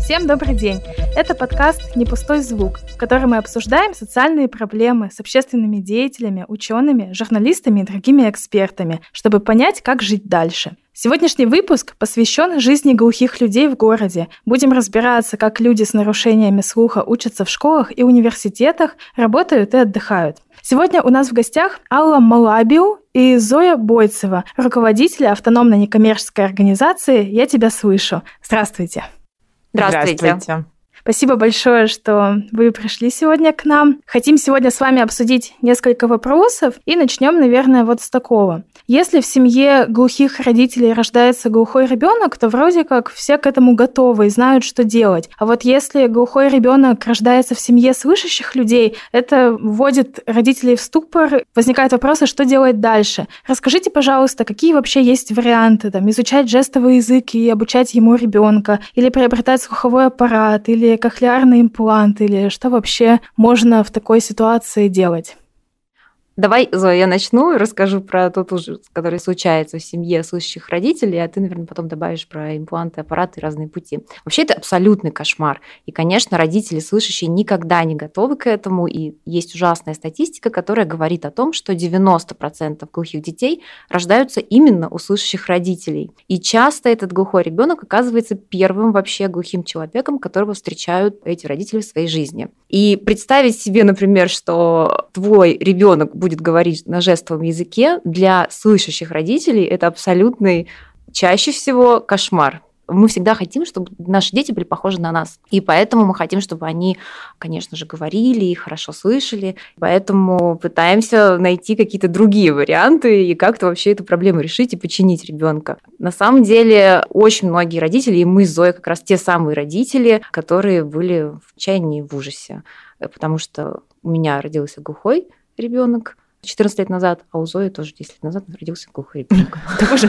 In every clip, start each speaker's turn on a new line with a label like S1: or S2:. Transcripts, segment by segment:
S1: Всем добрый день! Это подкаст «Не пустой звук», в котором мы обсуждаем социальные проблемы с общественными деятелями, учеными, журналистами и другими экспертами, чтобы понять, как жить дальше. Сегодняшний выпуск посвящен жизни глухих людей в городе. Будем разбираться, как люди с нарушениями слуха учатся в школах и университетах, работают и отдыхают. Сегодня у нас в гостях Алла Малабиу и Зоя Бойцева, руководители автономной некоммерческой организации «Я тебя слышу». Здравствуйте.
S2: Здравствуйте.
S1: Спасибо большое, что вы пришли сегодня к нам. Хотим сегодня с вами обсудить несколько вопросов и начнем, наверное, вот с такого. Если в семье глухих родителей рождается глухой ребенок, то вроде как все к этому готовы и знают, что делать. А вот если глухой ребенок рождается в семье слышащих людей, это вводит родителей в ступор. Возникают вопросы, что делать дальше. Расскажите, пожалуйста, какие вообще есть варианты? Изучать жестовый язык и обучать ему ребенка, или приобретать слуховой аппарат, или кохлеарный имплант, или что вообще можно в такой ситуации делать?
S2: Давай, Зоя, я начну и расскажу про тот ужас, который случается в семье слышащих родителей, а ты, наверное, потом добавишь про импланты, аппараты и разные пути. Вообще это абсолютный кошмар. И, конечно, родители слышащие никогда не готовы к этому. И есть ужасная статистика, которая говорит о том, что 90% глухих детей рождаются именно у слышащих родителей. И часто этот глухой ребенок оказывается первым вообще глухим человеком, которого встречают эти родители в своей жизни. И представить себе, например, что твой ребенок будет говорить на жестовом языке, для слышащих родителей это абсолютный, чаще всего, кошмар. Мы всегда хотим, чтобы наши дети были похожи на нас. И поэтому мы хотим, чтобы они, конечно же, говорили и хорошо слышали. Поэтому пытаемся найти какие-то другие варианты и как-то вообще эту проблему решить и починить ребенка. На самом деле, очень многие родители, и мы с Зоей как раз те самые родители, которые были в отчаянии и в ужасе. Потому что у меня родился глухой ребенок 14 лет назад, а у Зои тоже 10 лет назад родился глухой ребенок.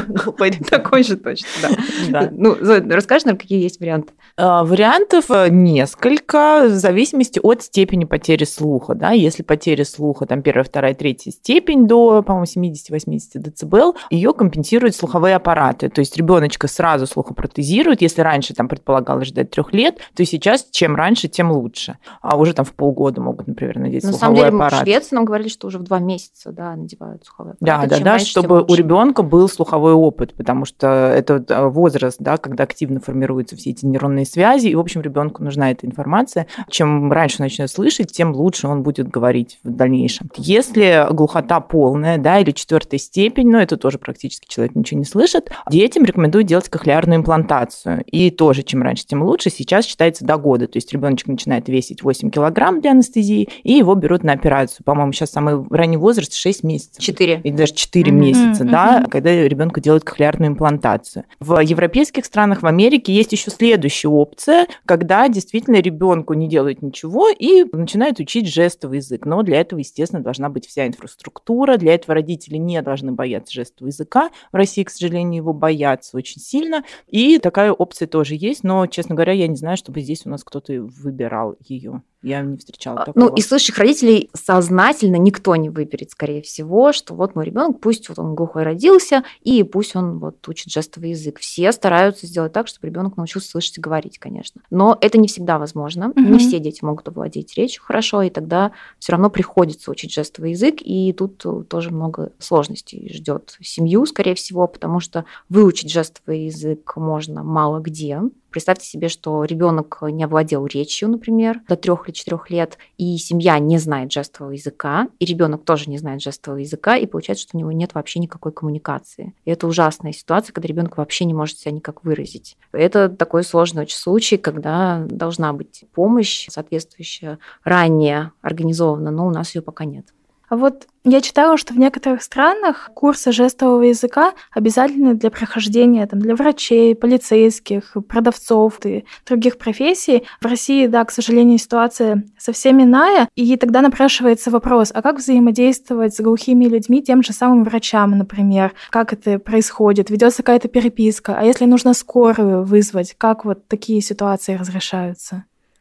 S2: Такой же точно, да. Ну, Зоя, расскажи нам, какие есть варианты?
S3: Вариантов несколько, в зависимости от степени потери слуха. Да? Если потеря слуха, там, 1, 2, 3 степень до, по-моему, 70-80 дБ, ее компенсируют слуховые аппараты. То есть ребеночка сразу слухопротезируют. Если раньше там предполагалось ждать 3 лет, то сейчас чем раньше, тем лучше. А уже там в полгода могут, например, надеть слуховой аппарат.
S2: На самом деле, в Швеции нам говорили, что уже в 2 месяца надевают слуховые аппараты.
S3: Да, чтобы у ребенка был слуховой опыт, потому что это возраст, да, когда активно формируются все эти нейронные связи, и, в общем, ребенку нужна эта информация. Чем раньше он начнет слышать, тем лучше он будет говорить в дальнейшем. Если глухота полная, да, или 4 степень, но это тоже практически человек ничего не слышит, детям рекомендуют делать кохлеарную имплантацию. И тоже, чем раньше, тем лучше. Сейчас считается до года, то есть ребеночек начинает весить 8 килограмм для анестезии, и его берут на операцию. По-моему, сейчас самый ранний возраст 6 месяцев.
S2: 4.
S3: И даже 4 месяца, да, когда ребенку делают кохлеарную имплантацию. В европейских странах, в Америке есть еще следующая опция, когда действительно ребенку не делают ничего и начинают учить жестовый язык. Но для этого, естественно, должна быть вся инфраструктура. Для этого родители не должны бояться жестового языка. В России, к сожалению, его боятся очень сильно. И такая опция тоже есть. Но, честно говоря, я не знаю, чтобы здесь у нас кто-то выбирал ее. Я не встречала такого.
S2: Ну, из слышащих родителей сознательно никто не выберет, скорее всего, что вот мой ребенок, пусть вот он глухой родился, и пусть он вот учит жестовый язык. Все стараются сделать так, чтобы ребенок научился слышать и говорить, конечно. Но это не всегда возможно. Не все дети могут овладеть речью хорошо, и тогда все равно приходится учить жестовый язык, и тут тоже много сложностей ждет семью, скорее всего, потому что выучить жестовый язык можно мало где. Представьте себе, что ребенок не овладел речью, например, до 3 или 4 лет, и семья не знает жестового языка, и ребенок тоже не знает жестового языка, и получается, что у него нет вообще никакой коммуникации. И это ужасная ситуация, когда ребенок вообще не может себя никак выразить. Это такой сложный очень случай, когда должна быть помощь соответствующая, ранее организована, но у нас ее пока нет.
S1: А вот я читала, что в некоторых странах курсы жестового языка обязательны для прохождения для врачей, полицейских, продавцов и других профессий. В России, да, к сожалению, ситуация совсем иная, и тогда напрашивается вопрос, а как взаимодействовать с глухими людьми, тем же самым врачам, например? Как это происходит? Ведется какая-то переписка? А если нужно скорую вызвать, как вот такие ситуации разрешаются?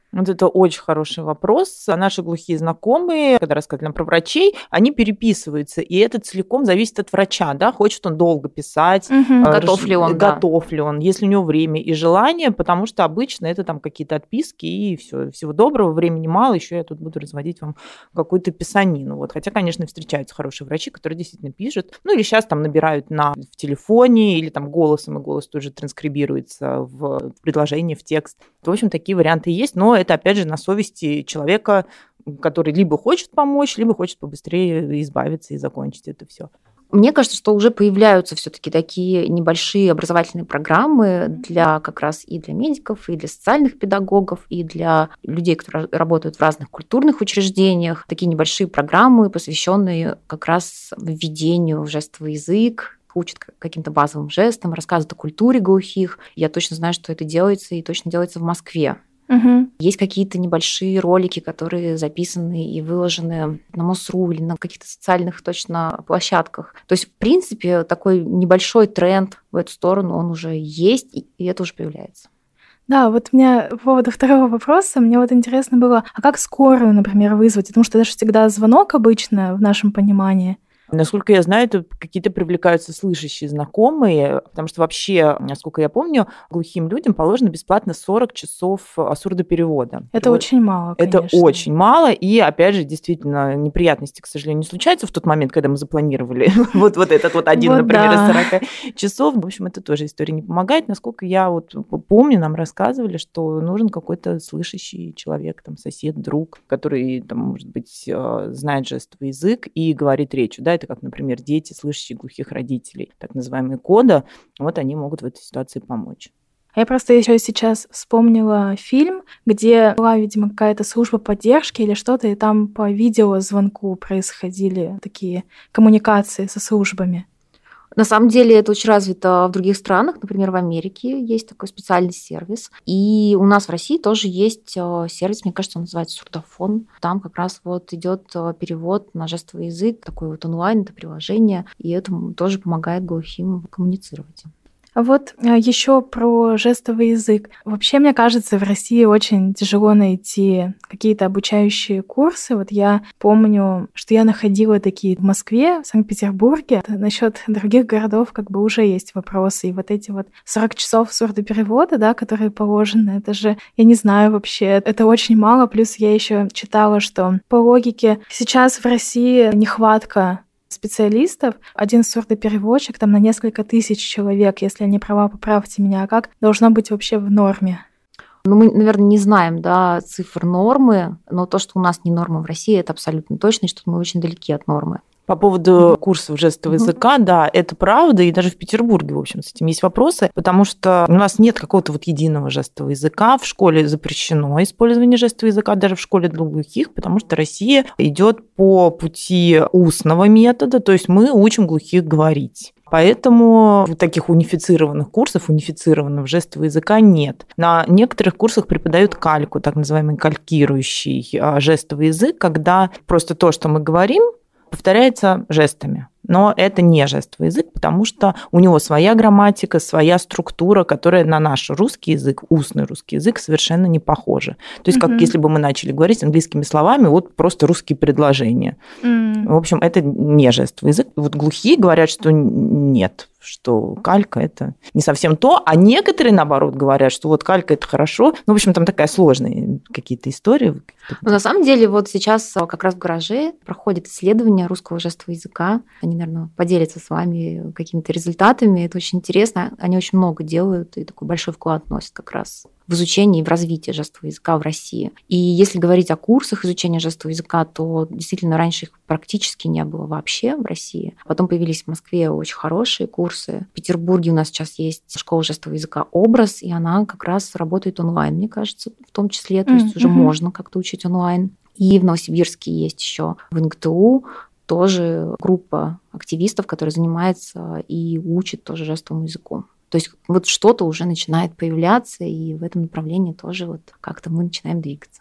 S3: Вот это очень хороший вопрос. А наши глухие знакомые, когда рассказывали нам про врачей, они переписываются, и это целиком зависит от врача, да, хочет он долго писать,
S2: Готов ли он, да.
S3: готов ли он, есть ли у него время и желание, потому что обычно это там какие-то отписки, и все, всего доброго, времени мало, еще я тут буду разводить вам какую-то писанину. Вот. Хотя, конечно, встречаются хорошие врачи, которые действительно пишут, ну или сейчас там набирают в телефоне, или там голосом, и голос тоже транскрибируется в предложение, в текст. В общем, такие варианты есть, но это, опять же, на совести человека, который либо хочет помочь, либо хочет побыстрее избавиться и закончить это все.
S2: Мне кажется, что уже появляются все-таки такие небольшие образовательные программы для как раз и для медиков, и для социальных педагогов, и для людей, которые работают в разных культурных учреждениях. Такие небольшие программы, посвященные как раз введению в жестовый язык, учат каким-то базовым жестам, рассказывают о культуре глухих. Я точно знаю, что это делается, и точно делается в Москве.
S1: Угу.
S2: Есть какие-то небольшие ролики, которые записаны и выложены на МОСРУ или на каких-то социальных точно площадках. То есть, в принципе, такой небольшой тренд в эту сторону, он уже есть, и это уже появляется.
S1: Да, вот у меня по поводу второго вопроса, мне вот интересно было, а как скорую, например, вызвать? Потому что это же всегда звонок обычно в нашем понимании.
S3: Насколько я знаю, это какие-то привлекаются слышащие знакомые, потому что вообще, насколько я помню, глухим людям положено бесплатно 40 часов сурдоперевода.
S1: Это очень мало, конечно.
S3: Это очень мало, и, опять же, действительно, неприятности, к сожалению, не случаются в тот момент, когда мы запланировали вот этот вот один, например, из 40 часов. В общем, это тоже история не помогает. Насколько я вот помню, нам рассказывали, что нужен какой-то слышащий человек, там, сосед, друг, который, там, может быть, знает жестовый язык и говорит речью, да, это как, например, дети, слышащие глухих родителей, так называемые кода, вот они могут в этой ситуации помочь.
S1: Я просто еще сейчас вспомнила фильм, где была, видимо, какая-то служба поддержки или что-то, и там по видеозвонку происходили такие коммуникации со службами.
S2: На самом деле это очень развито в других странах, например, в Америке есть такой специальный сервис. И у нас в России тоже есть сервис, мне кажется, он называется Сурдофон. Там как раз вот идет перевод на жестовый язык, такой вот онлайн, это приложение, и это тоже помогает глухим коммуницировать.
S1: А вот еще про жестовый язык. Вообще, мне кажется, в России очень тяжело найти какие-то обучающие курсы. Вот я помню, что я находила такие в Москве, в Санкт-Петербурге. Насчет других городов как бы уже есть вопросы. И вот эти вот 40 часов сурдоперевода, да, которые положены, это же, я не знаю вообще, это очень мало. Плюс я еще читала, что по логике сейчас в России нехватка специалистов, один сурдопереводчик там на несколько тысяч человек, если я не права, поправьте меня, а как должно быть вообще в норме?
S2: Ну, мы, наверное, не знаем, да, цифр нормы, но то, что у нас не норма в России, это абсолютно точно, и что мы очень далеки от нормы.
S3: По поводу курсов жестового языка, да, это правда, и даже в Петербурге, в общем, с этим есть вопросы, потому что у нас нет какого-то вот единого жестового языка, в школе запрещено использование жестового языка, даже в школе для глухих, потому что Россия идет по пути устного метода, то есть мы учим глухих говорить. Поэтому таких унифицированных курсов, унифицированного жестового языка нет. На некоторых курсах преподают кальку, так называемый калькирующий жестовый язык, когда просто то, что мы говорим, повторяется жестами. Но это не жестовый язык, потому что у него своя грамматика, своя структура, которая на наш русский язык, устный русский язык, совершенно не похожа. То есть, как если бы мы начали говорить английскими словами, вот просто русские предложения. В общем, это не жестовый язык. Вот глухие говорят, что нет, что калька – это не совсем то, а некоторые, наоборот, говорят, что вот калька – это хорошо. Ну, в общем, там такая сложная какие-то истории.
S2: Но на самом деле вот сейчас как раз в гараже проходит исследование русского жестового языка. Они, наверное, поделятся с вами какими-то результатами. Это очень интересно. Они очень много делают и такой большой вклад вносят как раз в изучение и в развитие жестового языка в России. И если говорить о курсах изучения жестового языка, то действительно раньше их практически не было вообще в России. Потом появились в Москве очень хорошие курсы. В Петербурге у нас сейчас есть школа жестового языка «Образ», и она как раз работает онлайн, мне кажется, в том числе. То есть уже можно как-то учить онлайн. И в Новосибирске есть еще в НГТУ тоже группа активистов, которые занимаются и учат тоже жестовому языку. То есть вот что-то уже начинает появляться, и в этом направлении тоже вот как-то мы начинаем двигаться.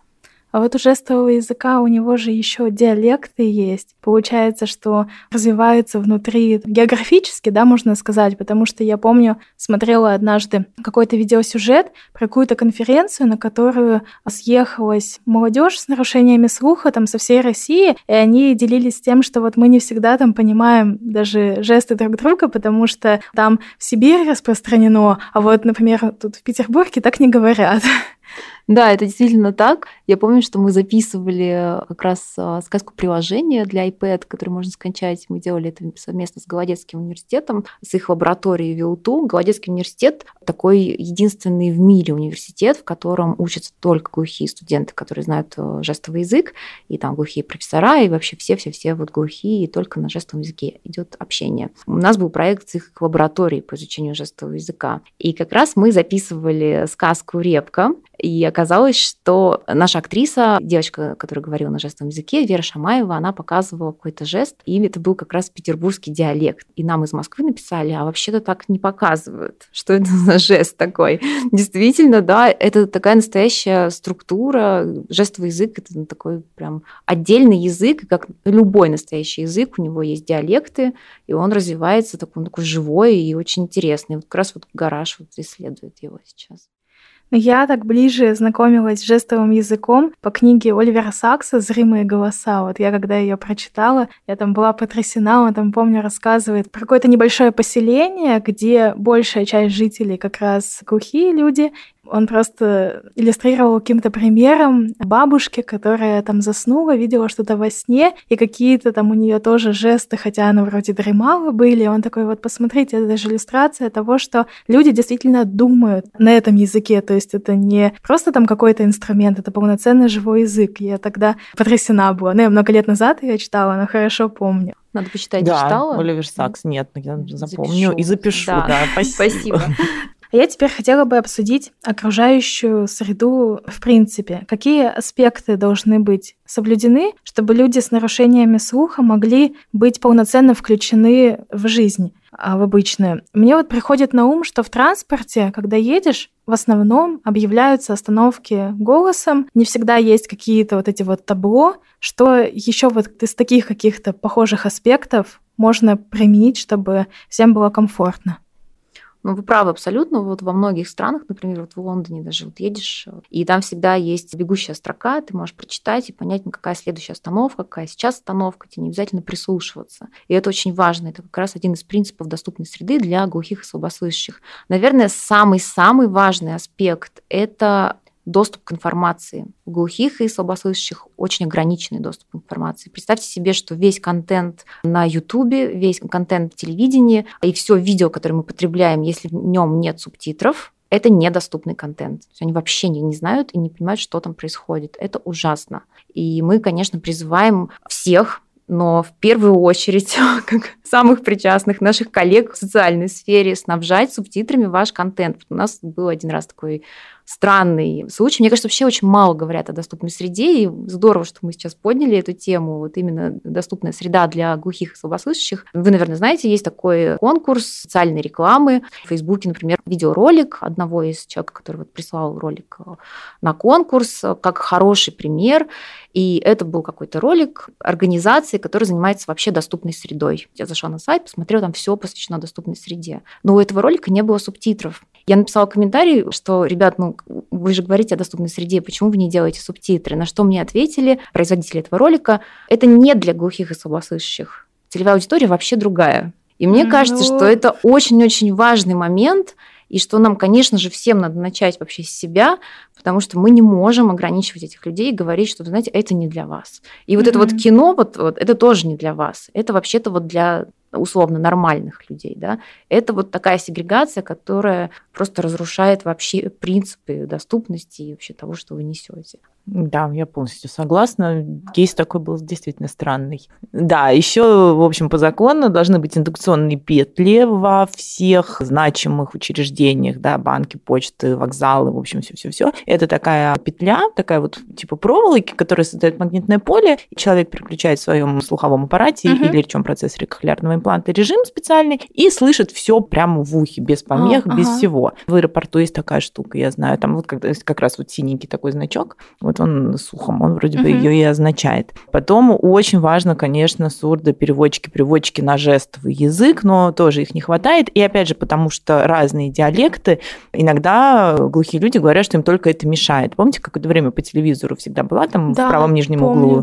S1: А вот у жестового языка у него же еще диалекты есть. Получается, что развиваются внутри географически, да, можно сказать, потому что я помню, смотрела однажды какой-то видеосюжет про какую-то конференцию, на которую съехалась молодежь с нарушениями слуха там со всей России, и они делились тем, что вот мы не всегда там понимаем даже жесты друг друга, потому что там в Сибири распространено, а вот, например, тут в Петербурге так не говорят.
S2: Да, это действительно так. Я помню, что мы записывали как раз сказку приложения для iPad, который можно скачать. Мы делали это совместно с Голодецким университетом, с их лабораторией ВИУТУ. Голодецкий университет такой единственный в мире университет, в котором учатся только глухие студенты, которые знают жестовый язык, и там глухие профессора, и вообще все вот глухие, и только на жестовом языке идет общение. У нас был проект с их лабораторией по изучению жестового языка. И как раз мы записывали сказку «Репка», и оказалось, что наша актриса, девочка, которая говорила на жестовом языке, Вера Шамаева, она показывала какой-то жест, и это был как раз петербургский диалект. И нам из Москвы написали, а вообще-то так не показывают. Что это за жест такой? Действительно, да, это такая настоящая структура. Жестовый язык – это такой прям отдельный язык, и как любой настоящий язык, у него есть диалекты, и он развивается такой живой и очень интересный. Вот как раз вот Гараж вот исследует его сейчас.
S1: Я так ближе знакомилась с жестовым языком по книге Оливера Сакса «Зримые голоса». Вот я когда ее прочитала, я там была потрясена. Он там, помню, рассказывает про какое-то небольшое поселение, где большая часть жителей как раз глухие люди. Он просто иллюстрировал каким-то примером бабушки, которая там заснула, видела что-то во сне, и какие-то там у нее тоже жесты, хотя она вроде дремала, были. Он такой, вот посмотрите, это даже иллюстрация того, что люди действительно думают на этом языке, то есть это не просто там какой-то инструмент, это полноценный живой язык. Я тогда потрясена была. Ну, я много лет назад ее читала, но хорошо помню.
S2: Надо почитать,
S3: да,
S2: читала?
S3: Оливер Сакс, нет, я запомню и запишу. Да,
S2: спасибо.
S1: А я теперь хотела бы обсудить окружающую среду в принципе. Какие аспекты должны быть соблюдены, чтобы люди с нарушениями слуха могли быть полноценно включены в жизнь, в обычную? Мне вот приходит на ум, что в транспорте, когда едешь, в основном объявляются остановки голосом. Не всегда есть какие-то вот эти вот табло. Что еще вот из таких каких-то похожих аспектов можно применить, чтобы всем было комфортно?
S2: Ну, вы правы абсолютно. Вот во многих странах, например, вот в Лондоне даже вот едешь, и там всегда есть бегущая строка, ты можешь прочитать и понять, какая следующая остановка, какая сейчас остановка, тебе не обязательно прислушиваться. И это очень важно. Это как раз один из принципов доступной среды для глухих и слабослышащих. Наверное, самый-самый важный аспект – это доступ к информации. У глухих и слабослышащих очень ограниченный доступ к информации. Представьте себе, что весь контент на Ютубе, весь контент в телевидении и все видео, которое мы потребляем, если в нем нет субтитров, это недоступный контент. То есть они вообще не знают и не понимают, что там происходит. Это ужасно. И мы, конечно, призываем всех, но в первую очередь, как самых причастных наших коллег в социальной сфере, снабжать субтитрами ваш контент. У нас был один раз такой странный случай. Мне кажется, вообще очень мало говорят о доступной среде, и здорово, что мы сейчас подняли эту тему, вот именно доступная среда для глухих и слабослышащих. Вы, наверное, знаете, есть такой конкурс социальной рекламы. В Фейсбуке, например, видеоролик одного из человек, который вот прислал ролик на конкурс, как хороший пример. И это был какой-то ролик организации, которая занимается вообще доступной средой. Я зашла на сайт, посмотрела, там все посвящено доступной среде. Но у этого ролика не было субтитров. Я написала комментарий, что, ребят, вы же говорите о доступной среде, почему вы не делаете субтитры? На что мне ответили производители этого ролика: это не для глухих и слабослышащих. Целевая аудитория вообще другая. И мне кажется, что это очень-очень важный момент, и что нам, конечно же, всем надо начать вообще с себя, потому что мы не можем ограничивать этих людей и говорить, что, вы знаете, это не для вас. И вот это вот кино, вот это тоже не для вас. Это вообще-то вот для условно нормальных людей, да. Это вот такая сегрегация, которая просто разрушает вообще принципы доступности и вообще того, что вы несете.
S3: Да, я полностью согласна. Кейс такой был действительно странный. Да, еще, в общем, по закону должны быть индукционные петли во всех значимых учреждениях, да, банки, почты, вокзалы, в общем, все. Это такая петля, такая вот типа проволоки, которая создает магнитное поле. Человек переключает в своем слуховом аппарате или речевом процессоре кохлеарного импланта режим специальный и слышит все прямо в ухе, без помех, без всего. В аэропорту есть такая штука, я знаю, там вот как раз вот синенький такой значок, вот вот он с ухом, он вроде бы ее и означает. Потом очень важно, конечно, сурдопереводчики на жестовый язык, но тоже их не хватает. И опять же, потому что разные диалекты, иногда глухие люди говорят, что им только это мешает. Помните, какое-то время по телевизору всегда была там в правом нижнем углу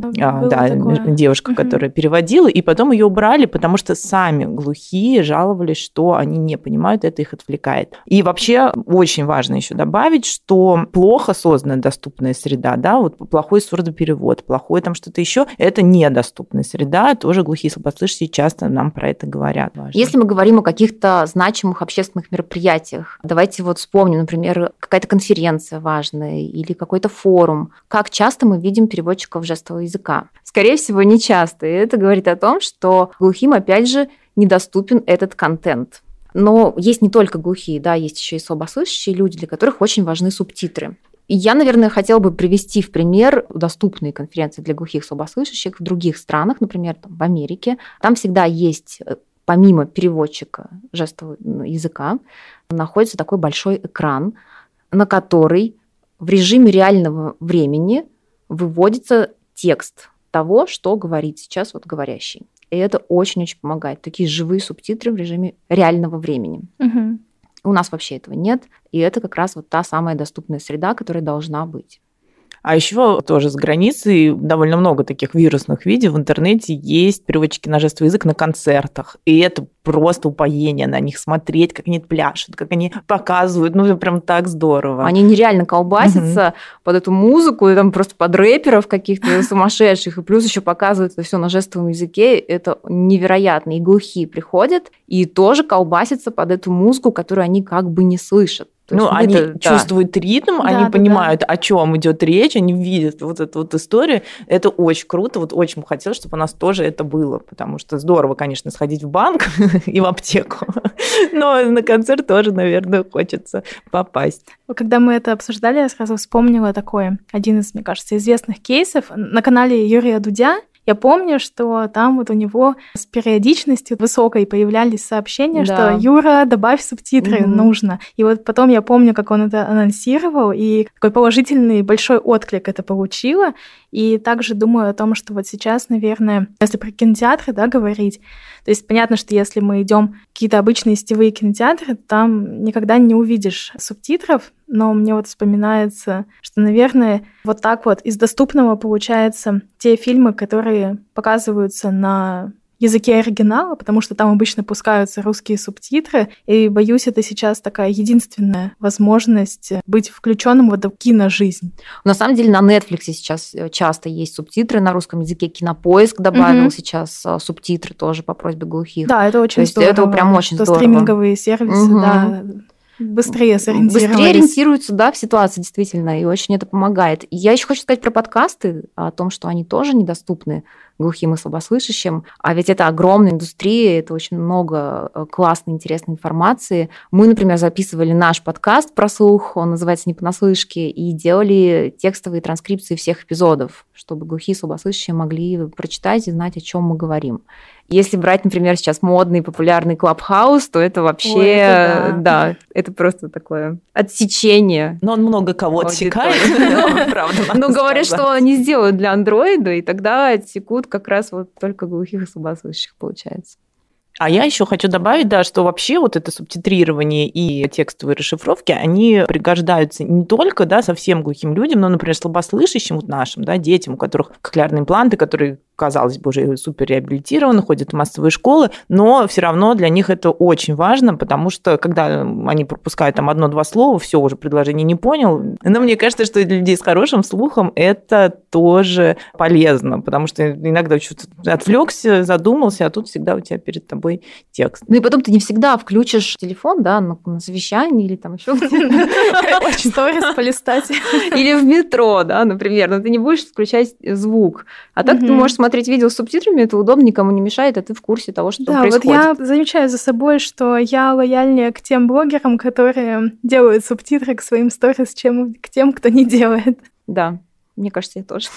S3: девушка, которая переводила, и потом ее убрали, потому что сами глухие жаловались, что они не понимают, это их отвлекает. И вообще очень важно еще добавить, что плохо созданная доступная среда, да, вот плохой сурдоперевод, плохой там что-то еще, это недоступная среда, тоже глухие и слабослышащие часто нам про это говорят. Важно.
S2: Если мы говорим о каких-то значимых общественных мероприятиях, давайте вот вспомним, например, какая-то конференция важная или какой-то форум. Как часто мы видим переводчиков жестового языка? Скорее всего, не часто. И это говорит о том, что глухим, опять же, недоступен этот контент. Но есть не только глухие, да, есть еще и слабослышащие люди, для которых очень важны субтитры. И я, наверное, хотела бы привести в пример доступные конференции для глухих и слабослышащих в других странах, например, там, в Америке. Там всегда есть, помимо переводчика жестового языка, находится такой большой экран, на который в режиме реального времени выводится текст того, что говорит сейчас вот говорящий. И это очень-очень помогает. Такие живые субтитры в режиме реального времени.
S1: Угу.
S2: У нас вообще этого нет, и это как раз вот та самая доступная среда, которая должна быть.
S3: А еще тоже с границы довольно много таких вирусных видео в интернете есть переводчики на жестовый язык на концертах. И это просто упоение на них смотреть, как они пляшут, как они показывают. Ну, прям так здорово.
S2: Они нереально колбасятся под эту музыку, и там просто под рэперов каких-то сумасшедших. И плюс еще показывают это все на жестовом языке. Это невероятно. И глухие приходят и тоже колбасятся под эту музыку, которую они как бы не слышат.
S3: Ну, они чувствуют ритм, они понимают, о чем идет речь, они видят вот эту вот историю. Это очень круто. Вот очень бы хотелось, чтобы у нас тоже это было, потому что здорово, конечно, сходить в банк и в аптеку, но на концерт тоже, наверное, хочется попасть.
S1: Когда мы это обсуждали, я сразу вспомнила один из, мне кажется, известных кейсов на канале Юрия Дудя. Я помню, что там вот у него с периодичностью высокой появлялись сообщения, что «Юра, добавь субтитры, нужно». И вот потом я помню, как он это анонсировал, и такой положительный большой отклик это получило. И также думаю о том, что вот сейчас, наверное, если про кинотеатры, говорить, то есть понятно, что если мы идем в какие-то обычные сетевые кинотеатры, там никогда не увидишь субтитров, но мне вот вспоминается, что, наверное, вот так вот из доступного получается те фильмы, которые показываются на языке оригинала, потому что там обычно пускаются русские субтитры, и, боюсь, это сейчас такая единственная возможность быть включенным в эту киножизнь.
S2: На самом деле на Netflix сейчас часто есть субтитры на русском языке, Кинопоиск добавил сейчас субтитры тоже по просьбе глухих.
S1: Да, это очень здорово.
S2: Это прям очень здорово.
S1: Стриминговые сервисы, быстрее сориентировались.
S2: Быстрее ориентируются, в ситуации действительно, и очень это помогает. И я еще хочу сказать про подкасты, о том, что они тоже недоступны глухим и слабослышащим. А ведь это огромная индустрия, это очень много классной, интересной информации. Мы, например, записывали наш подкаст про слух, он называется «Не понаслышке», и делали текстовые транскрипции всех эпизодов, чтобы глухие и слабослышащие могли прочитать и знать, о чем мы говорим. Если брать, например, сейчас модный, популярный Clubhouse, то это вообще, это просто такое отсечение.
S3: Но он много кого отсекает, правда.
S2: Но говорят, что они сделают для андроида, и тогда отсекут как раз вот только глухих и слабослышащих, получается.
S3: А я еще хочу добавить, что вообще вот это субтитрирование и текстовые расшифровки, они пригождаются не только, совсем глухим людям, но, например, слабослышащим, вот нашим, детям, у которых кохлеарные импланты, которые, казалось бы, уже супер реабилитированы, ходят в массовые школы, но все равно для них это очень важно, потому что когда они пропускают там 1-2 слова, все, уже предложение не понял. Но мне кажется, что для людей с хорошим слухом это тоже полезно, потому что иногда что-то отвлекся, задумался, а тут всегда у тебя перед тобой текст.
S2: Ну и потом ты не всегда включишь телефон, на совещании или там еще где-то.
S1: Сторис полистать.
S2: Или в метро, например, но ты не будешь включать звук. А так ты можешь смотреть видео с субтитрами, это удобно, никому не мешает, а ты в курсе того, что там происходит.
S1: Да, вот я замечаю за собой, что я лояльнее к тем блогерам, которые делают субтитры к своим сторис, чем к тем, кто не делает.
S2: Да, мне кажется, я тоже.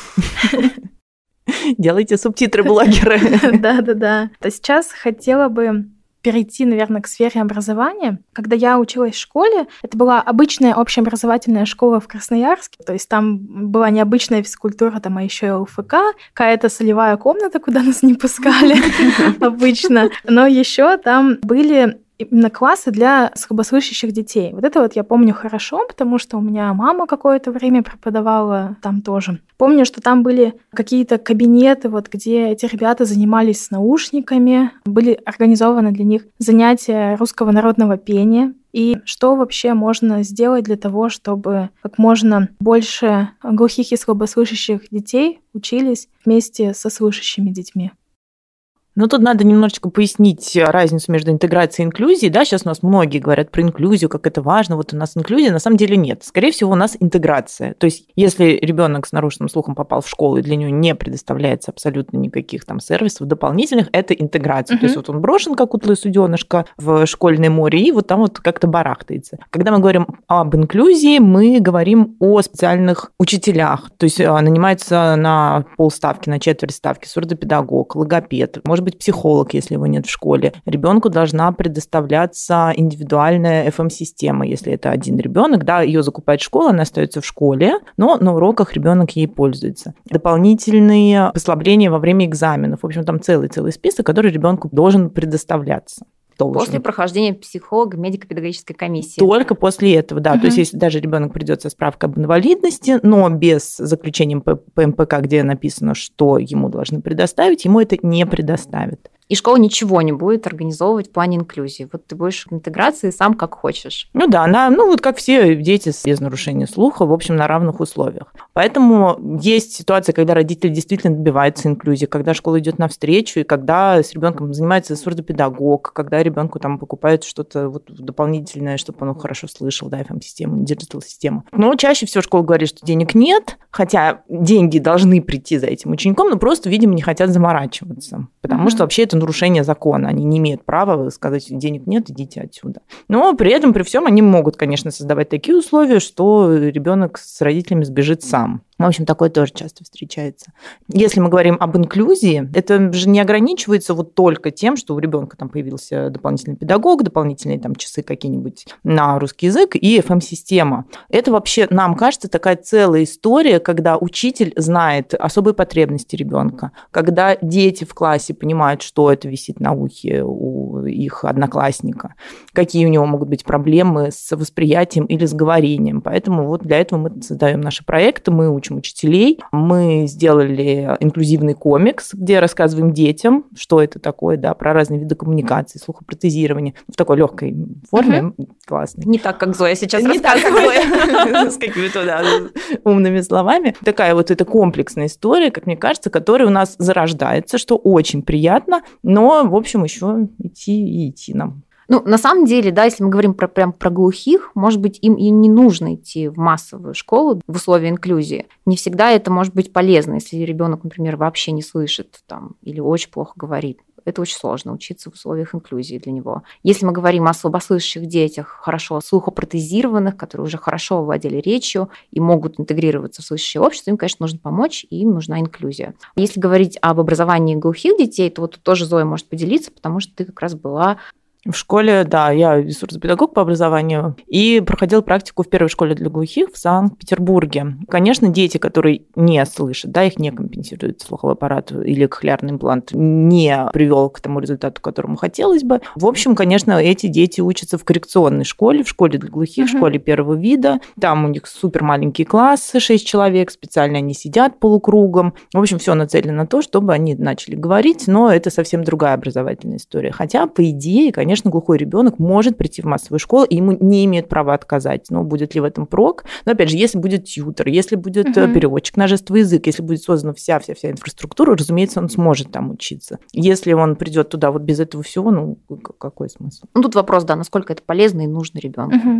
S3: Делайте субтитры, блогеры.
S1: Да. То сейчас хотела бы перейти, наверное, к сфере образования. Когда я училась в школе, это была обычная общеобразовательная школа в Красноярске, то есть там была необычная физкультура, там, а еще и ЛФК, какая-то солевая комната, куда нас не пускали обычно, но еще там были именно классы для слабослышащих детей. Вот это вот я помню хорошо, потому что у меня мама какое-то время преподавала там тоже. Помню, что там были какие-то кабинеты, вот, где эти ребята занимались с наушниками, были организованы для них занятия русского народного пения. И что вообще можно сделать для того, чтобы как можно больше глухих и слабослышащих детей учились вместе со слышащими детьми?
S3: Ну, тут надо немножечко пояснить разницу между интеграцией и инклюзией. Да, сейчас у нас многие говорят про инклюзию, как это важно. Вот у нас инклюзия, на самом деле нет. Скорее всего, у нас интеграция. То есть, если ребенок с нарушенным слухом попал в школу, и для него не предоставляется абсолютно никаких там сервисов дополнительных, это интеграция. То есть, вот он брошен, как утлое суденышко, в школьное море, и вот там вот как-то барахтается. Когда мы говорим об инклюзии, мы говорим о специальных учителях. То есть, нанимается на полставки, на четверть ставки сурдопедагог, логопед, может быть, психолог, если его нет в школе. Ребенку должна предоставляться индивидуальная FM-система, если это один ребенок, да, ее закупает школа, она остается в школе, но на уроках ребенок ей пользуется. Дополнительные послабления во время экзаменов. В общем, там целый список, который ребенку должен предоставляться.
S2: После прохождения психолога, медико-педагогической комиссии.
S3: Только после этого, да. То есть, если даже ребенок придет со справкой об инвалидности, но без заключения ПМПК, где написано, что ему должны предоставить, ему это не предоставят.
S2: И школа ничего не будет организовывать в плане инклюзии. Вот ты будешь в интеграции сам как хочешь.
S3: Ну да, вот как все дети без нарушения слуха, в общем, на равных условиях. Поэтому есть ситуация, когда родитель действительно добивается инклюзии, когда школа идет навстречу, и когда с ребенком занимается сурдопедагог, когда ребенку там покупают что-то вот дополнительное, чтобы он хорошо слышал, да, FM-систему, диджитал-систему. Но чаще всего школа говорит, что денег нет, хотя деньги должны прийти за этим учеником, но просто, видимо, не хотят заморачиваться, потому что вообще это нарушение закона. Они не имеют права сказать, денег нет, идите отсюда. Но при этом, при всем, они могут, конечно, создавать такие условия, что ребенок с родителями сбежит сам. В общем, такое тоже часто встречается. Если мы говорим об инклюзии, это же не ограничивается вот только тем, что у ребенка там появился дополнительный педагог, дополнительные там часы какие-нибудь на русский язык и FM-система. Это вообще, нам кажется, такая целая история, когда учитель знает особые потребности ребенка, когда дети в классе понимают, что это висит на ухе у их одноклассника, какие у него могут быть проблемы с восприятием или с говорением. Поэтому вот для этого мы создаем наши проекты, мы учим учителей. Мы сделали инклюзивный комикс, где рассказываем детям, что это такое, да, про разные виды коммуникации, слухопротезирования в такой легкой форме, классной.
S2: Не так, как Зоя сейчас рассказывает.
S3: С какими-то умными словами. Такая вот эта комплексная история, как мне кажется, которая у нас зарождается, что очень приятно, но, в общем, еще идти нам.
S2: Ну, на самом деле, да, если мы говорим прям про глухих, может быть, им и не нужно идти в массовую школу в условиях инклюзии. Не всегда это может быть полезно, если ребенок, например, вообще не слышит там, или очень плохо говорит. Это очень сложно учиться в условиях инклюзии для него. Если мы говорим о слабослышащих детях, хорошо слухопротезированных, которые уже хорошо владели речью и могут интегрироваться в слышащее общество, им, конечно, нужно помочь, и им нужна инклюзия. Если говорить об образовании глухих детей, то вот тут тоже Зоя может поделиться, потому что ты как раз была...
S3: В школе, да, я сурдопедагог по образованию и проходила практику в первой школе для глухих в Санкт-Петербурге. Конечно, дети, которые не слышат, да, их не компенсирует слуховой аппарат или кохлеарный имплант, не привел к тому результату, которому хотелось бы. В общем, конечно, эти дети учатся в коррекционной школе, в школе для глухих, в школе первого вида. Там у них супер маленькие классы, 6 человек, специально они сидят полукругом. В общем, все нацелено на то, чтобы они начали говорить, но это совсем другая образовательная история. Хотя, по идее, конечно, глухой ребенок может прийти в массовую школу, и ему не имеют права отказать. Но будет ли в этом прок? Но, опять же, если будет тьютер, если будет переводчик на жестовый язык, если будет создана вся инфраструктура, разумеется, он сможет там учиться. Если он придет туда вот без этого всего, ну, какой смысл?
S2: Ну, тут вопрос, да, насколько это полезно и нужно ребенку.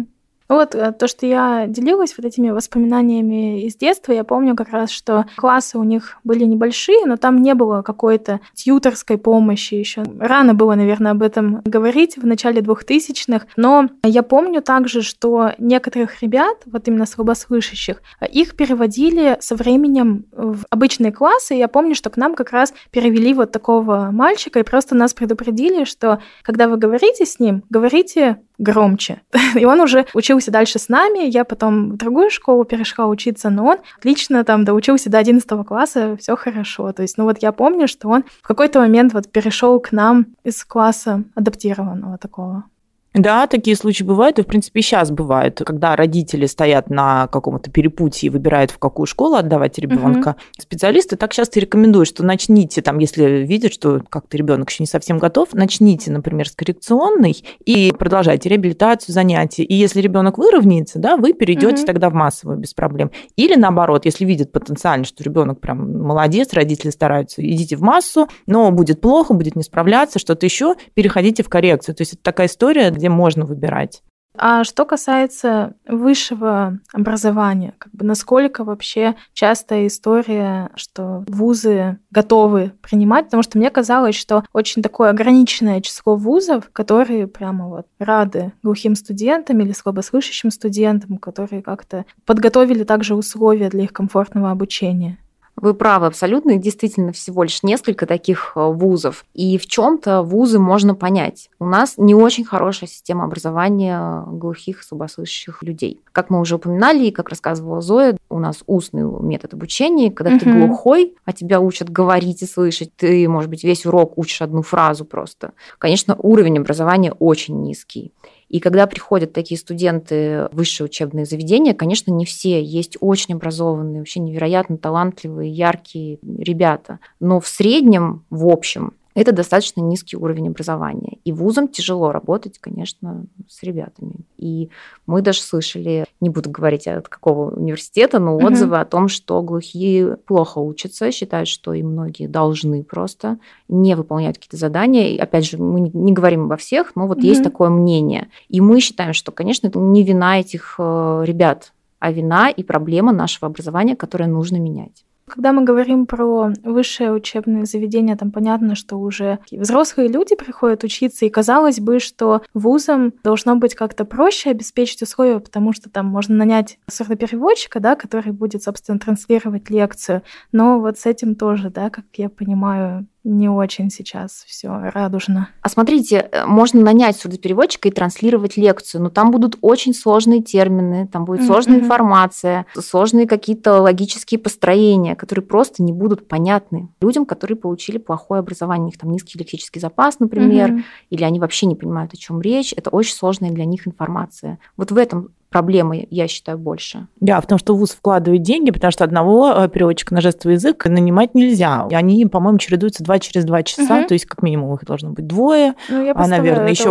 S1: Вот то, что я делилась вот этими воспоминаниями из детства, я помню как раз, что классы у них были небольшие, но там не было какой-то тьюторской помощи еще. Рано было, наверное, об этом говорить в начале 2000-х, но я помню также, что некоторых ребят, вот именно слабослышащих, их переводили со временем в обычные классы. Я помню, что к нам как раз перевели вот такого мальчика и просто нас предупредили, что когда вы говорите с ним, говорите громче. И он уже учился дальше с нами, я потом в другую школу перешла учиться, но он отлично там доучился до 11 класса, все хорошо. То есть, вот я помню, что он в какой-то момент вот перешел к нам из класса адаптированного такого.
S3: Да, такие случаи бывают, и, в принципе, сейчас бывает, когда родители стоят на каком-то перепутье и выбирают, в какую школу отдавать ребенка. Специалисты так часто и рекомендуют, что начните, там, если видят, что как-то ребенок еще не совсем готов, начните, например, с коррекционной и продолжайте реабилитацию, занятия. И если ребенок выровняется, да, вы перейдете тогда в массовую без проблем. Или наоборот, если видят потенциально, что ребенок прям молодец, родители стараются, идите в массу, но будет плохо, будет не справляться, что-то еще, переходите в коррекцию. То есть это такая история, где можно выбирать.
S1: А что касается высшего образования, насколько вообще частая история, что вузы готовы принимать? Потому что мне казалось, что очень такое ограниченное число вузов, которые прямо вот рады глухим студентам или слабослышащим студентам, которые как-то подготовили также условия для их комфортного обучения.
S2: Вы правы, абсолютно. Их действительно всего лишь несколько таких вузов. И в чем-то вузы можно понять. У нас не очень хорошая система образования глухих и слабослышащих людей. Как мы уже упоминали, и как рассказывала Зоя, у нас устный метод обучения. Когда ты глухой, а тебя учат говорить и слышать, ты, может быть, весь урок учишь одну фразу просто. Конечно, уровень образования очень низкий. И когда приходят такие студенты в высшие учебные заведения, конечно, не все. Есть очень образованные, вообще невероятно талантливые, яркие ребята. Но в среднем, в общем, это достаточно низкий уровень образования. И вузам тяжело работать, конечно, с ребятами. И мы даже слышали, не буду говорить от какого университета, но отзывы о том, что глухие плохо учатся, считают, что и многие должны просто не выполнять какие-то задания. И, опять же, мы не говорим обо всех, но вот есть такое мнение. И мы считаем, что, конечно, это не вина этих ребят, а вина и проблема нашего образования, которое нужно менять.
S1: Когда мы говорим про высшее учебное заведение, там понятно, что уже взрослые люди приходят учиться, и казалось бы, что вузам должно быть как-то проще обеспечить условия, потому что там можно нанять сурдопереводчика, да, который будет, собственно, транслировать лекцию. Но вот с этим тоже, да, как я понимаю, не очень сейчас все радужно.
S2: А смотрите, можно нанять сурдопереводчика и транслировать лекцию, но там будут очень сложные термины, там будет сложная информация, сложные какие-то логические построения, которые просто не будут понятны людям, которые получили плохое образование. У них там низкий лексический запас, например, или они вообще не понимают, о чем речь. Это очень сложная для них информация. Вот в этом проблемы, я считаю, больше.
S3: Да, в том, что вуз вкладывает деньги, потому что одного переводчика на жестовый язык нанимать нельзя. И они, по-моему, чередуются через 2 часа, то есть как минимум их должно быть 2, а, наверное, еще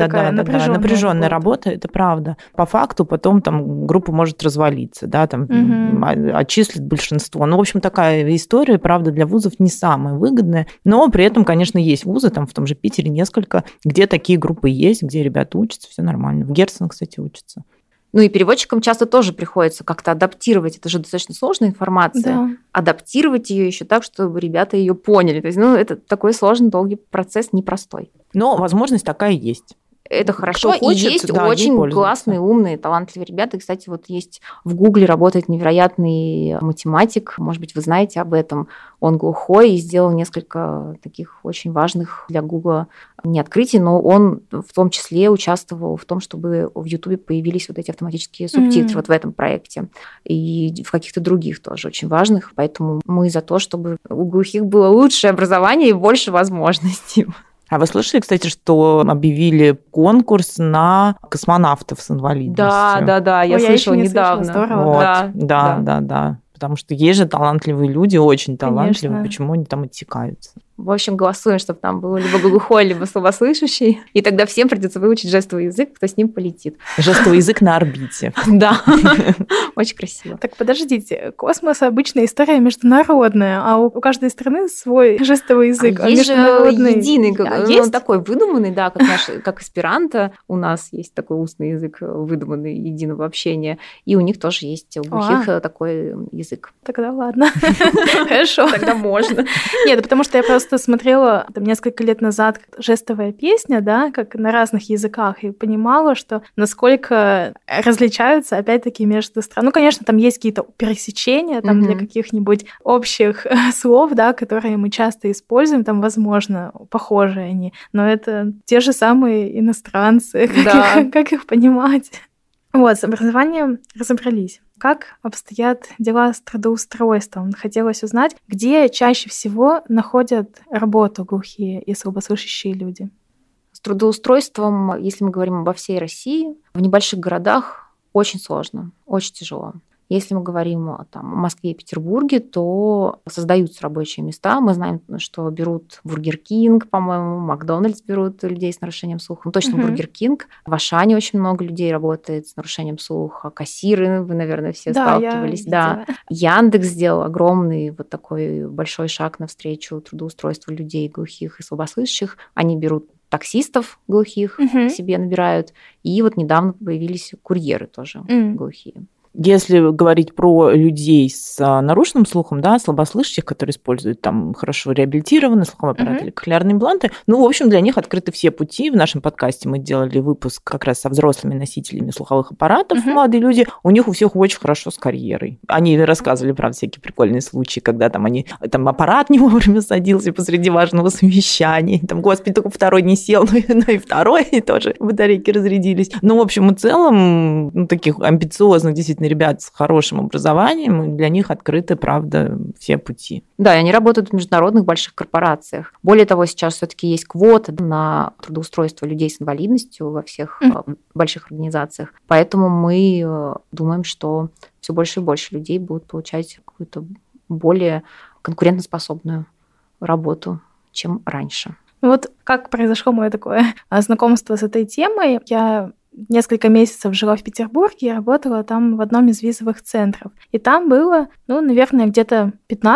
S3: напряженная работа, это правда. По факту потом там группа может развалиться, да, там отчислят большинство. Ну, в общем, такая история, правда, для вузов не самая выгодная, но при этом, конечно, есть вузы, там в том же Питере несколько, где такие группы есть, где ребята учатся, все нормально. В Герцена, кстати, учатся.
S2: Ну и переводчикам часто тоже приходится как-то адаптировать. Это же достаточно сложная информация. Да. Адаптировать ее еще так, чтобы ребята ее поняли. То есть, это такой сложный, долгий процесс, непростой.
S3: Но возможность такая есть.
S2: Это хорошо. Кто хочет, и есть очень классные, умные, талантливые ребята. И, кстати, вот есть в Гугле работает невероятный математик. Может быть, вы знаете об этом. Он глухой и сделал несколько таких очень важных для Гугла не открытий, но он в том числе участвовал в том, чтобы в Ютубе появились вот эти автоматические субтитры вот в этом проекте. И в каких-то других тоже очень важных. Поэтому мы за то, чтобы у глухих было лучшее образование и больше возможностей.
S3: А вы слышали, кстати, что объявили конкурс на космонавтов с инвалидностью?
S2: Да, я слышала недавно.
S1: Здорово.
S3: Вот. Да. Потому что есть же талантливые люди, очень талантливые, почему они там оттекаются?
S2: В общем, голосуем, чтобы там был либо глухой, либо слабослышащий. И тогда всем придется выучить жестовый язык, кто с ним полетит.
S3: Жестовый язык на орбите.
S2: Да, очень красиво.
S1: Так, подождите, космос обычная история международная, а у каждой страны свой жестовый язык.
S2: Есть же единый, он такой выдуманный, да, как эсперанто. У нас есть такой устный язык выдуманный, единого общения. И у них тоже есть у глухих такой язык.
S1: Тогда ладно. Хорошо.
S2: Тогда можно.
S1: Нет, потому что я просто смотрела там несколько лет назад жестовая песня, да, как на разных языках, и понимала, что насколько различаются, опять-таки, между странами. Ну, конечно, там есть какие-то пересечения там для каких-нибудь общих слов, да, которые мы часто используем, там, возможно, похожие они, но это те же самые иностранцы, как их понимать? Вот, с образованием разобрались. Как обстоят дела с трудоустройством? Хотелось узнать, где чаще всего находят работу глухие и слабослышащие люди?
S2: С трудоустройством, если мы говорим обо всей России, в небольших городах очень сложно, очень тяжело. Если мы говорим о Москве и Петербурге, то создаются рабочие места. Мы знаем, что берут Бургер Кинг, по-моему, Макдональдс берут людей с нарушением слуха. Точно Бургер Кинг. В Ашане очень много людей работает с нарушением слуха. Кассиры, вы, наверное, все сталкивались. Да. Яндекс сделал огромный вот такой большой шаг навстречу трудоустройству людей глухих и слабослышащих. Они берут таксистов глухих, себе набирают. И вот недавно появились курьеры тоже глухие.
S3: Если говорить про людей с нарушенным слухом, да, слабослышащих, которые используют там хорошо реабилитированный слуховой аппарат или кохлеарные импланты, ну, в общем, для них открыты все пути. В нашем подкасте мы делали выпуск как раз со взрослыми носителями слуховых аппаратов. Молодые люди, у них у всех очень хорошо с карьерой. Они рассказывали, правда, всякие прикольные случаи, когда там аппарат не вовремя садился посреди важного совещания. Там, господи, только второй не сел, но и второй, и тоже батарейки разрядились. Ну, в общем и целом, таких амбициозных действительно ребят с хорошим образованием, для них открыты, правда, все пути.
S2: Да, и они работают в международных больших корпорациях. Более того, сейчас все-таки есть квота на трудоустройство людей с инвалидностью во всех больших организациях. Поэтому мы думаем, что все больше и больше людей будут получать какую-то более конкурентоспособную работу, чем раньше.
S1: Вот как произошло мое такое знакомство с этой темой. Я несколько месяцев жила в Петербурге и работала там в одном из визовых центров. И там было, наверное, где-то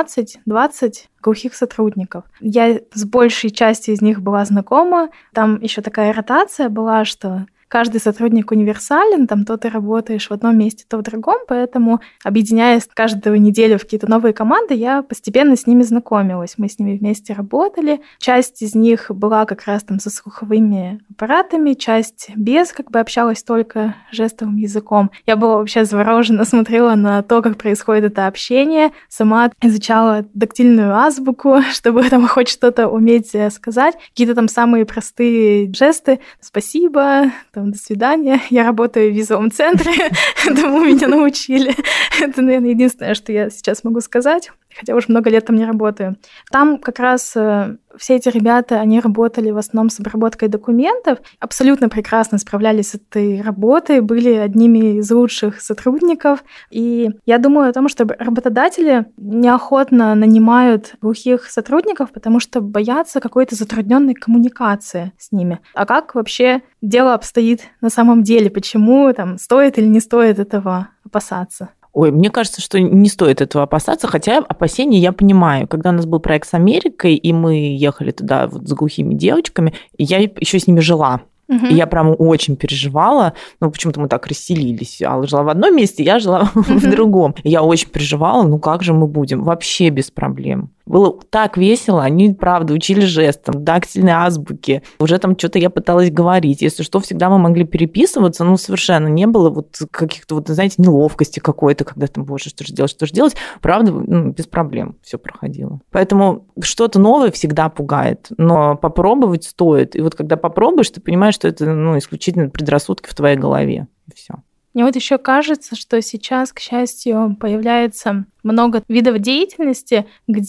S1: 15-20 глухих сотрудников. Я с большей частью из них была знакома. Там еще такая ротация была, что каждый сотрудник универсален, там то ты работаешь в одном месте, то в другом, поэтому, объединяясь каждую неделю в какие-то новые команды, я постепенно с ними знакомилась. Мы с ними вместе работали. Часть из них была как раз там со слуховыми аппаратами, часть без, общалась только жестовым языком. Я была вообще заворожена, смотрела на то, как происходит это общение, сама изучала дактильную азбуку, чтобы там хоть что-то уметь сказать. Какие-то там самые простые жесты. Спасибо, до свидания. Я работаю в визовом центре, этому меня научили. Это, наверное, единственное, что я сейчас могу сказать, хотя уже много лет там не работаю. Там как раз все эти ребята, они работали в основном с обработкой документов, абсолютно прекрасно справлялись с этой работой, были одними из лучших сотрудников. И я думаю о том, что работодатели неохотно нанимают глухих сотрудников, потому что боятся какой-то затрудненной коммуникации с ними. А как вообще дело обстоит на самом деле? Почему стоит или не стоит этого опасаться?
S3: Ой, мне кажется, что не стоит этого опасаться, хотя опасения я понимаю. Когда у нас был проект с Америкой, и мы ехали туда с глухими девочками, и я еще с ними жила. И я прям очень переживала. Почему-то мы так расселились. Алла жила в одном месте, я жила в другом. И я очень переживала, как же мы будем? Вообще без проблем. Было так весело, они, правда, учили жестам, дактильной азбуке. Уже там что-то я пыталась говорить. Если что, всегда мы могли переписываться, совершенно не было каких-то, знаете, неловкости какой-то, когда там, боже, что же делать. Правда, без проблем все проходило. Поэтому что-то новое всегда пугает, но попробовать стоит. И когда попробуешь, ты понимаешь, что это исключительно предрассудки в твоей голове. И все.
S1: Мне вот еще кажется, что сейчас, к счастью, появляется много видов деятельности,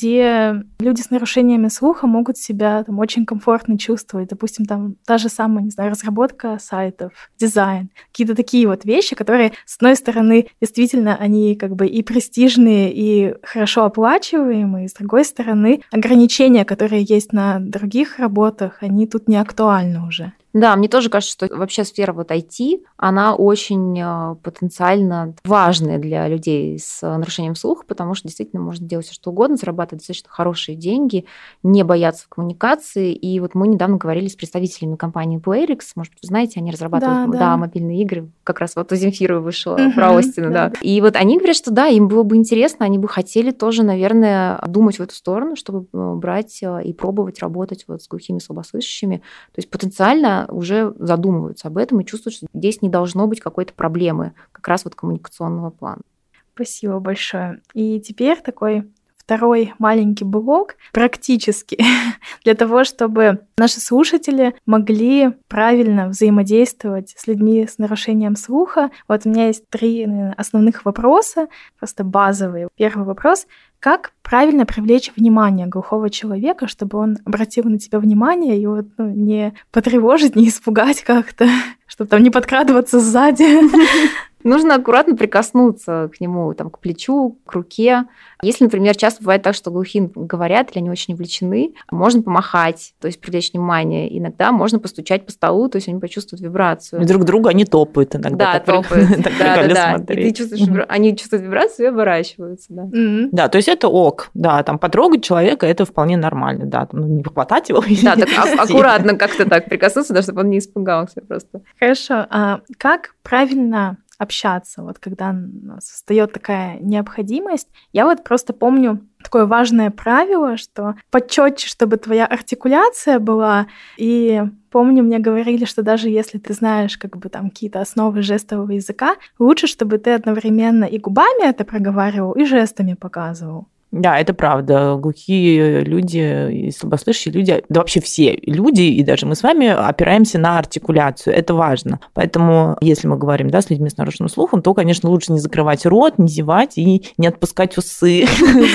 S1: где люди с нарушениями слуха могут себя там очень комфортно чувствовать. Допустим, там та же самая, не знаю, разработка сайтов, дизайн. Какие-то такие вот вещи, которые, с одной стороны, действительно, они как бы и престижные, и хорошо оплачиваемые, с другой стороны, ограничения, которые есть на других работах, они тут не актуальны уже.
S2: Да, мне тоже кажется, что вообще сфера вот IT, она очень потенциально важная для людей с нарушением слуха, потому что действительно можно делать все что угодно, зарабатывать достаточно хорошие деньги, не бояться в коммуникации. И вот мы недавно говорили с представителями компании Playrix, может быть, вы знаете, они разрабатывают мобильные игры, как раз вот у Земфиры вышло про Остина, да. И вот они говорят, что да, им было бы интересно, они бы хотели тоже, наверное, думать в эту сторону, чтобы брать и пробовать работать вот с глухими, слабослышащими. То есть потенциально уже задумываются об этом и чувствуют, что здесь не должно быть какой-то проблемы как раз вот коммуникационного плана.
S1: Спасибо большое. И теперь такой второй маленький блок практически для того, чтобы наши слушатели могли правильно взаимодействовать с людьми с нарушением слуха. Вот у меня есть 3 основных вопроса, просто базовые. Первый вопрос. Как правильно привлечь внимание глухого человека, чтобы он обратил на тебя внимание и вот, не потревожить, не испугать как-то, чтобы там не подкрадываться сзади?
S2: Нужно аккуратно прикоснуться к нему, там, к плечу, к руке. Если, например, часто бывает так, что глухие говорят или они очень увлечены, можно помахать, то есть привлечь внимание. Иногда можно постучать по столу, то есть они почувствуют вибрацию.
S3: И друг друга они топают иногда.
S2: Да, топают.
S3: Да.
S2: И ты чувствуешь, они чувствуют вибрацию и оборачиваются. Да.
S3: Да, то есть это ок. Да, там потрогать человека, это вполне нормально. Да, там, не хватать его.
S2: Да, так аккуратно как-то так прикоснуться, да, чтобы он не испугался просто.
S1: Хорошо. А как правильно общаться, вот когда у нас встает такая необходимость? Я вот просто помню такое важное правило, что почетче, чтобы твоя артикуляция была. И помню, мне говорили, что даже если ты знаешь как бы там какие-то основы жестового языка, лучше, чтобы ты одновременно и губами это проговаривал, и жестами показывал.
S3: Да, это правда. Глухие люди и слабослышащие люди, да вообще все люди, и даже мы с вами опираемся на артикуляцию. Это важно. Поэтому, если мы говорим, да, с людьми с нарушенным слухом, то, конечно, лучше не закрывать рот, не зевать и не отпускать усы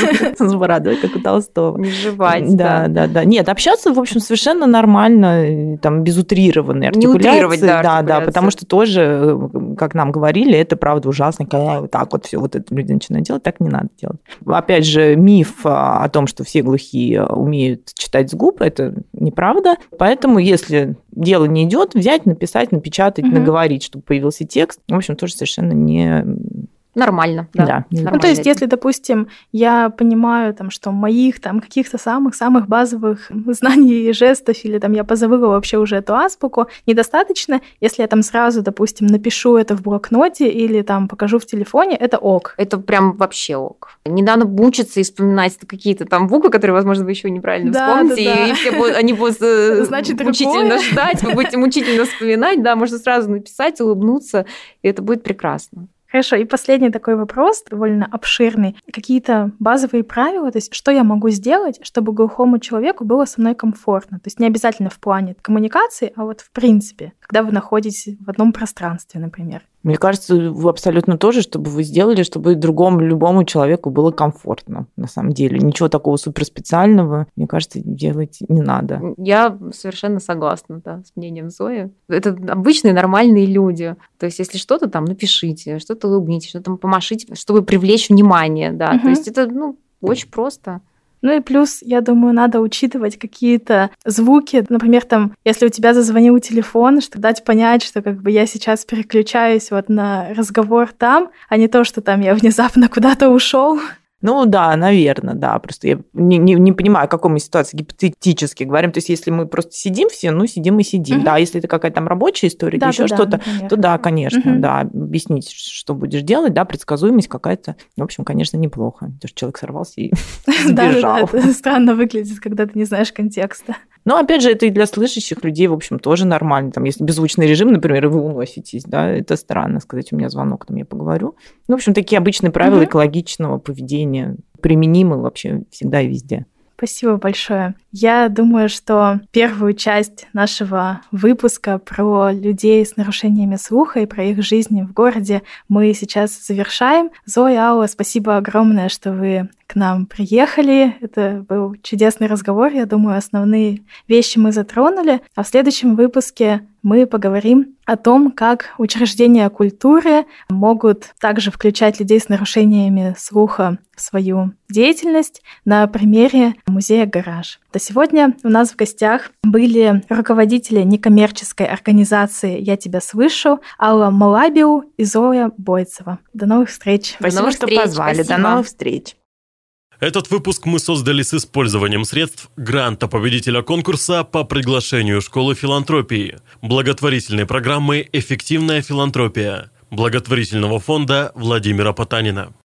S3: с бородой, как у Толстого.
S2: Не жевать.
S3: Да. Нет, общаться, в общем, совершенно нормально, там, без утрированной артикуляции.
S2: Не утрировать, да,
S3: да, потому что тоже, как нам говорили, это правда ужасно, когда вот так вот все вот это люди начинают делать, так не надо делать. Опять же, миф о том, что все глухие умеют читать с губ, это неправда. Поэтому, если дело не идет, взять, написать, напечатать, наговорить, чтобы появился текст, в общем, тоже совершенно не...
S2: Нормально, да.
S1: Ну, то есть, если, допустим, я понимаю, там, что моих там каких-то самых базовых знаний и жестов, или там я позабыла вообще уже эту азбуку, недостаточно, если я там сразу, допустим, напишу это в блокноте или там покажу в телефоне, это ок.
S2: Это прям вообще ок. Не надо мучиться и вспоминать какие-то там буквы, которые, возможно, вы еще неправильно вспомните, и все они будут мучительно ждать, вы будете мучительно вспоминать, да, можно сразу написать, улыбнуться, и это будет прекрасно.
S1: Хорошо, и последний такой вопрос, довольно обширный. Какие-то базовые правила, то есть что я могу сделать, чтобы глухому человеку было со мной комфортно? То есть не обязательно в плане коммуникации, а вот в принципе, когда вы находитесь в одном пространстве, например.
S3: Мне кажется, вы абсолютно тоже, чтобы вы сделали, чтобы любому человеку было комфортно, на самом деле. Ничего такого суперспециального, мне кажется, делать не надо.
S2: Я совершенно согласна, да, с мнением Зои. Это обычные нормальные люди. То есть, если что-то там напишите, что-то улыбнитесь, что-то помашите, чтобы привлечь внимание, да. То есть, это, очень просто.
S1: Ну и плюс, я думаю, надо учитывать какие-то звуки. Например, там, если у тебя зазвонил телефон, что дать понять, что как бы я сейчас переключаюсь вот на разговор там, а не то, что там я внезапно куда-то ушел.
S3: Ну да, наверное, да. Просто я не понимаю, о какой мы ситуации гипотетически говорим. То есть, если мы просто сидим все, сидим и сидим. Да, если это какая-то там рабочая история или еще что-то, то да, конечно, да, объяснить, что будешь делать, да, предсказуемость какая-то. В общем, конечно, неплохо. Потому что человек сорвался и сбежал.
S1: Да, это странно выглядит, когда ты не знаешь контекста.
S3: Но, опять же, это и для слышащих людей, в общем, тоже нормально. Там, если беззвучный режим, например, и вы уноситесь, да, это странно сказать, у меня звонок, там я поговорю. Ну, в общем, такие обычные правила экологичного поведения применимы вообще всегда и везде.
S1: Спасибо большое. Я думаю, что первую часть нашего выпуска про людей с нарушениями слуха и про их жизнь в городе мы сейчас завершаем. Зоя, Алла, спасибо огромное, что вы к нам приехали. Это был чудесный разговор. Я думаю, основные вещи мы затронули. А в следующем выпуске мы поговорим о том, как учреждения культуры могут также включать людей с нарушениями слуха в свою деятельность на примере музея «Гараж». До сегодня у нас в гостях были руководители некоммерческой организации «Я тебя слышу» Алла Малабиу и Зоя Бойцева. До новых встреч.
S3: Спасибо, что позвали. Спасибо. До новых встреч.
S4: Этот выпуск мы создали с использованием средств гранта победителя конкурса по приглашению Школы филантропии, благотворительной программы «Эффективная филантропия», благотворительного фонда Владимира Потанина.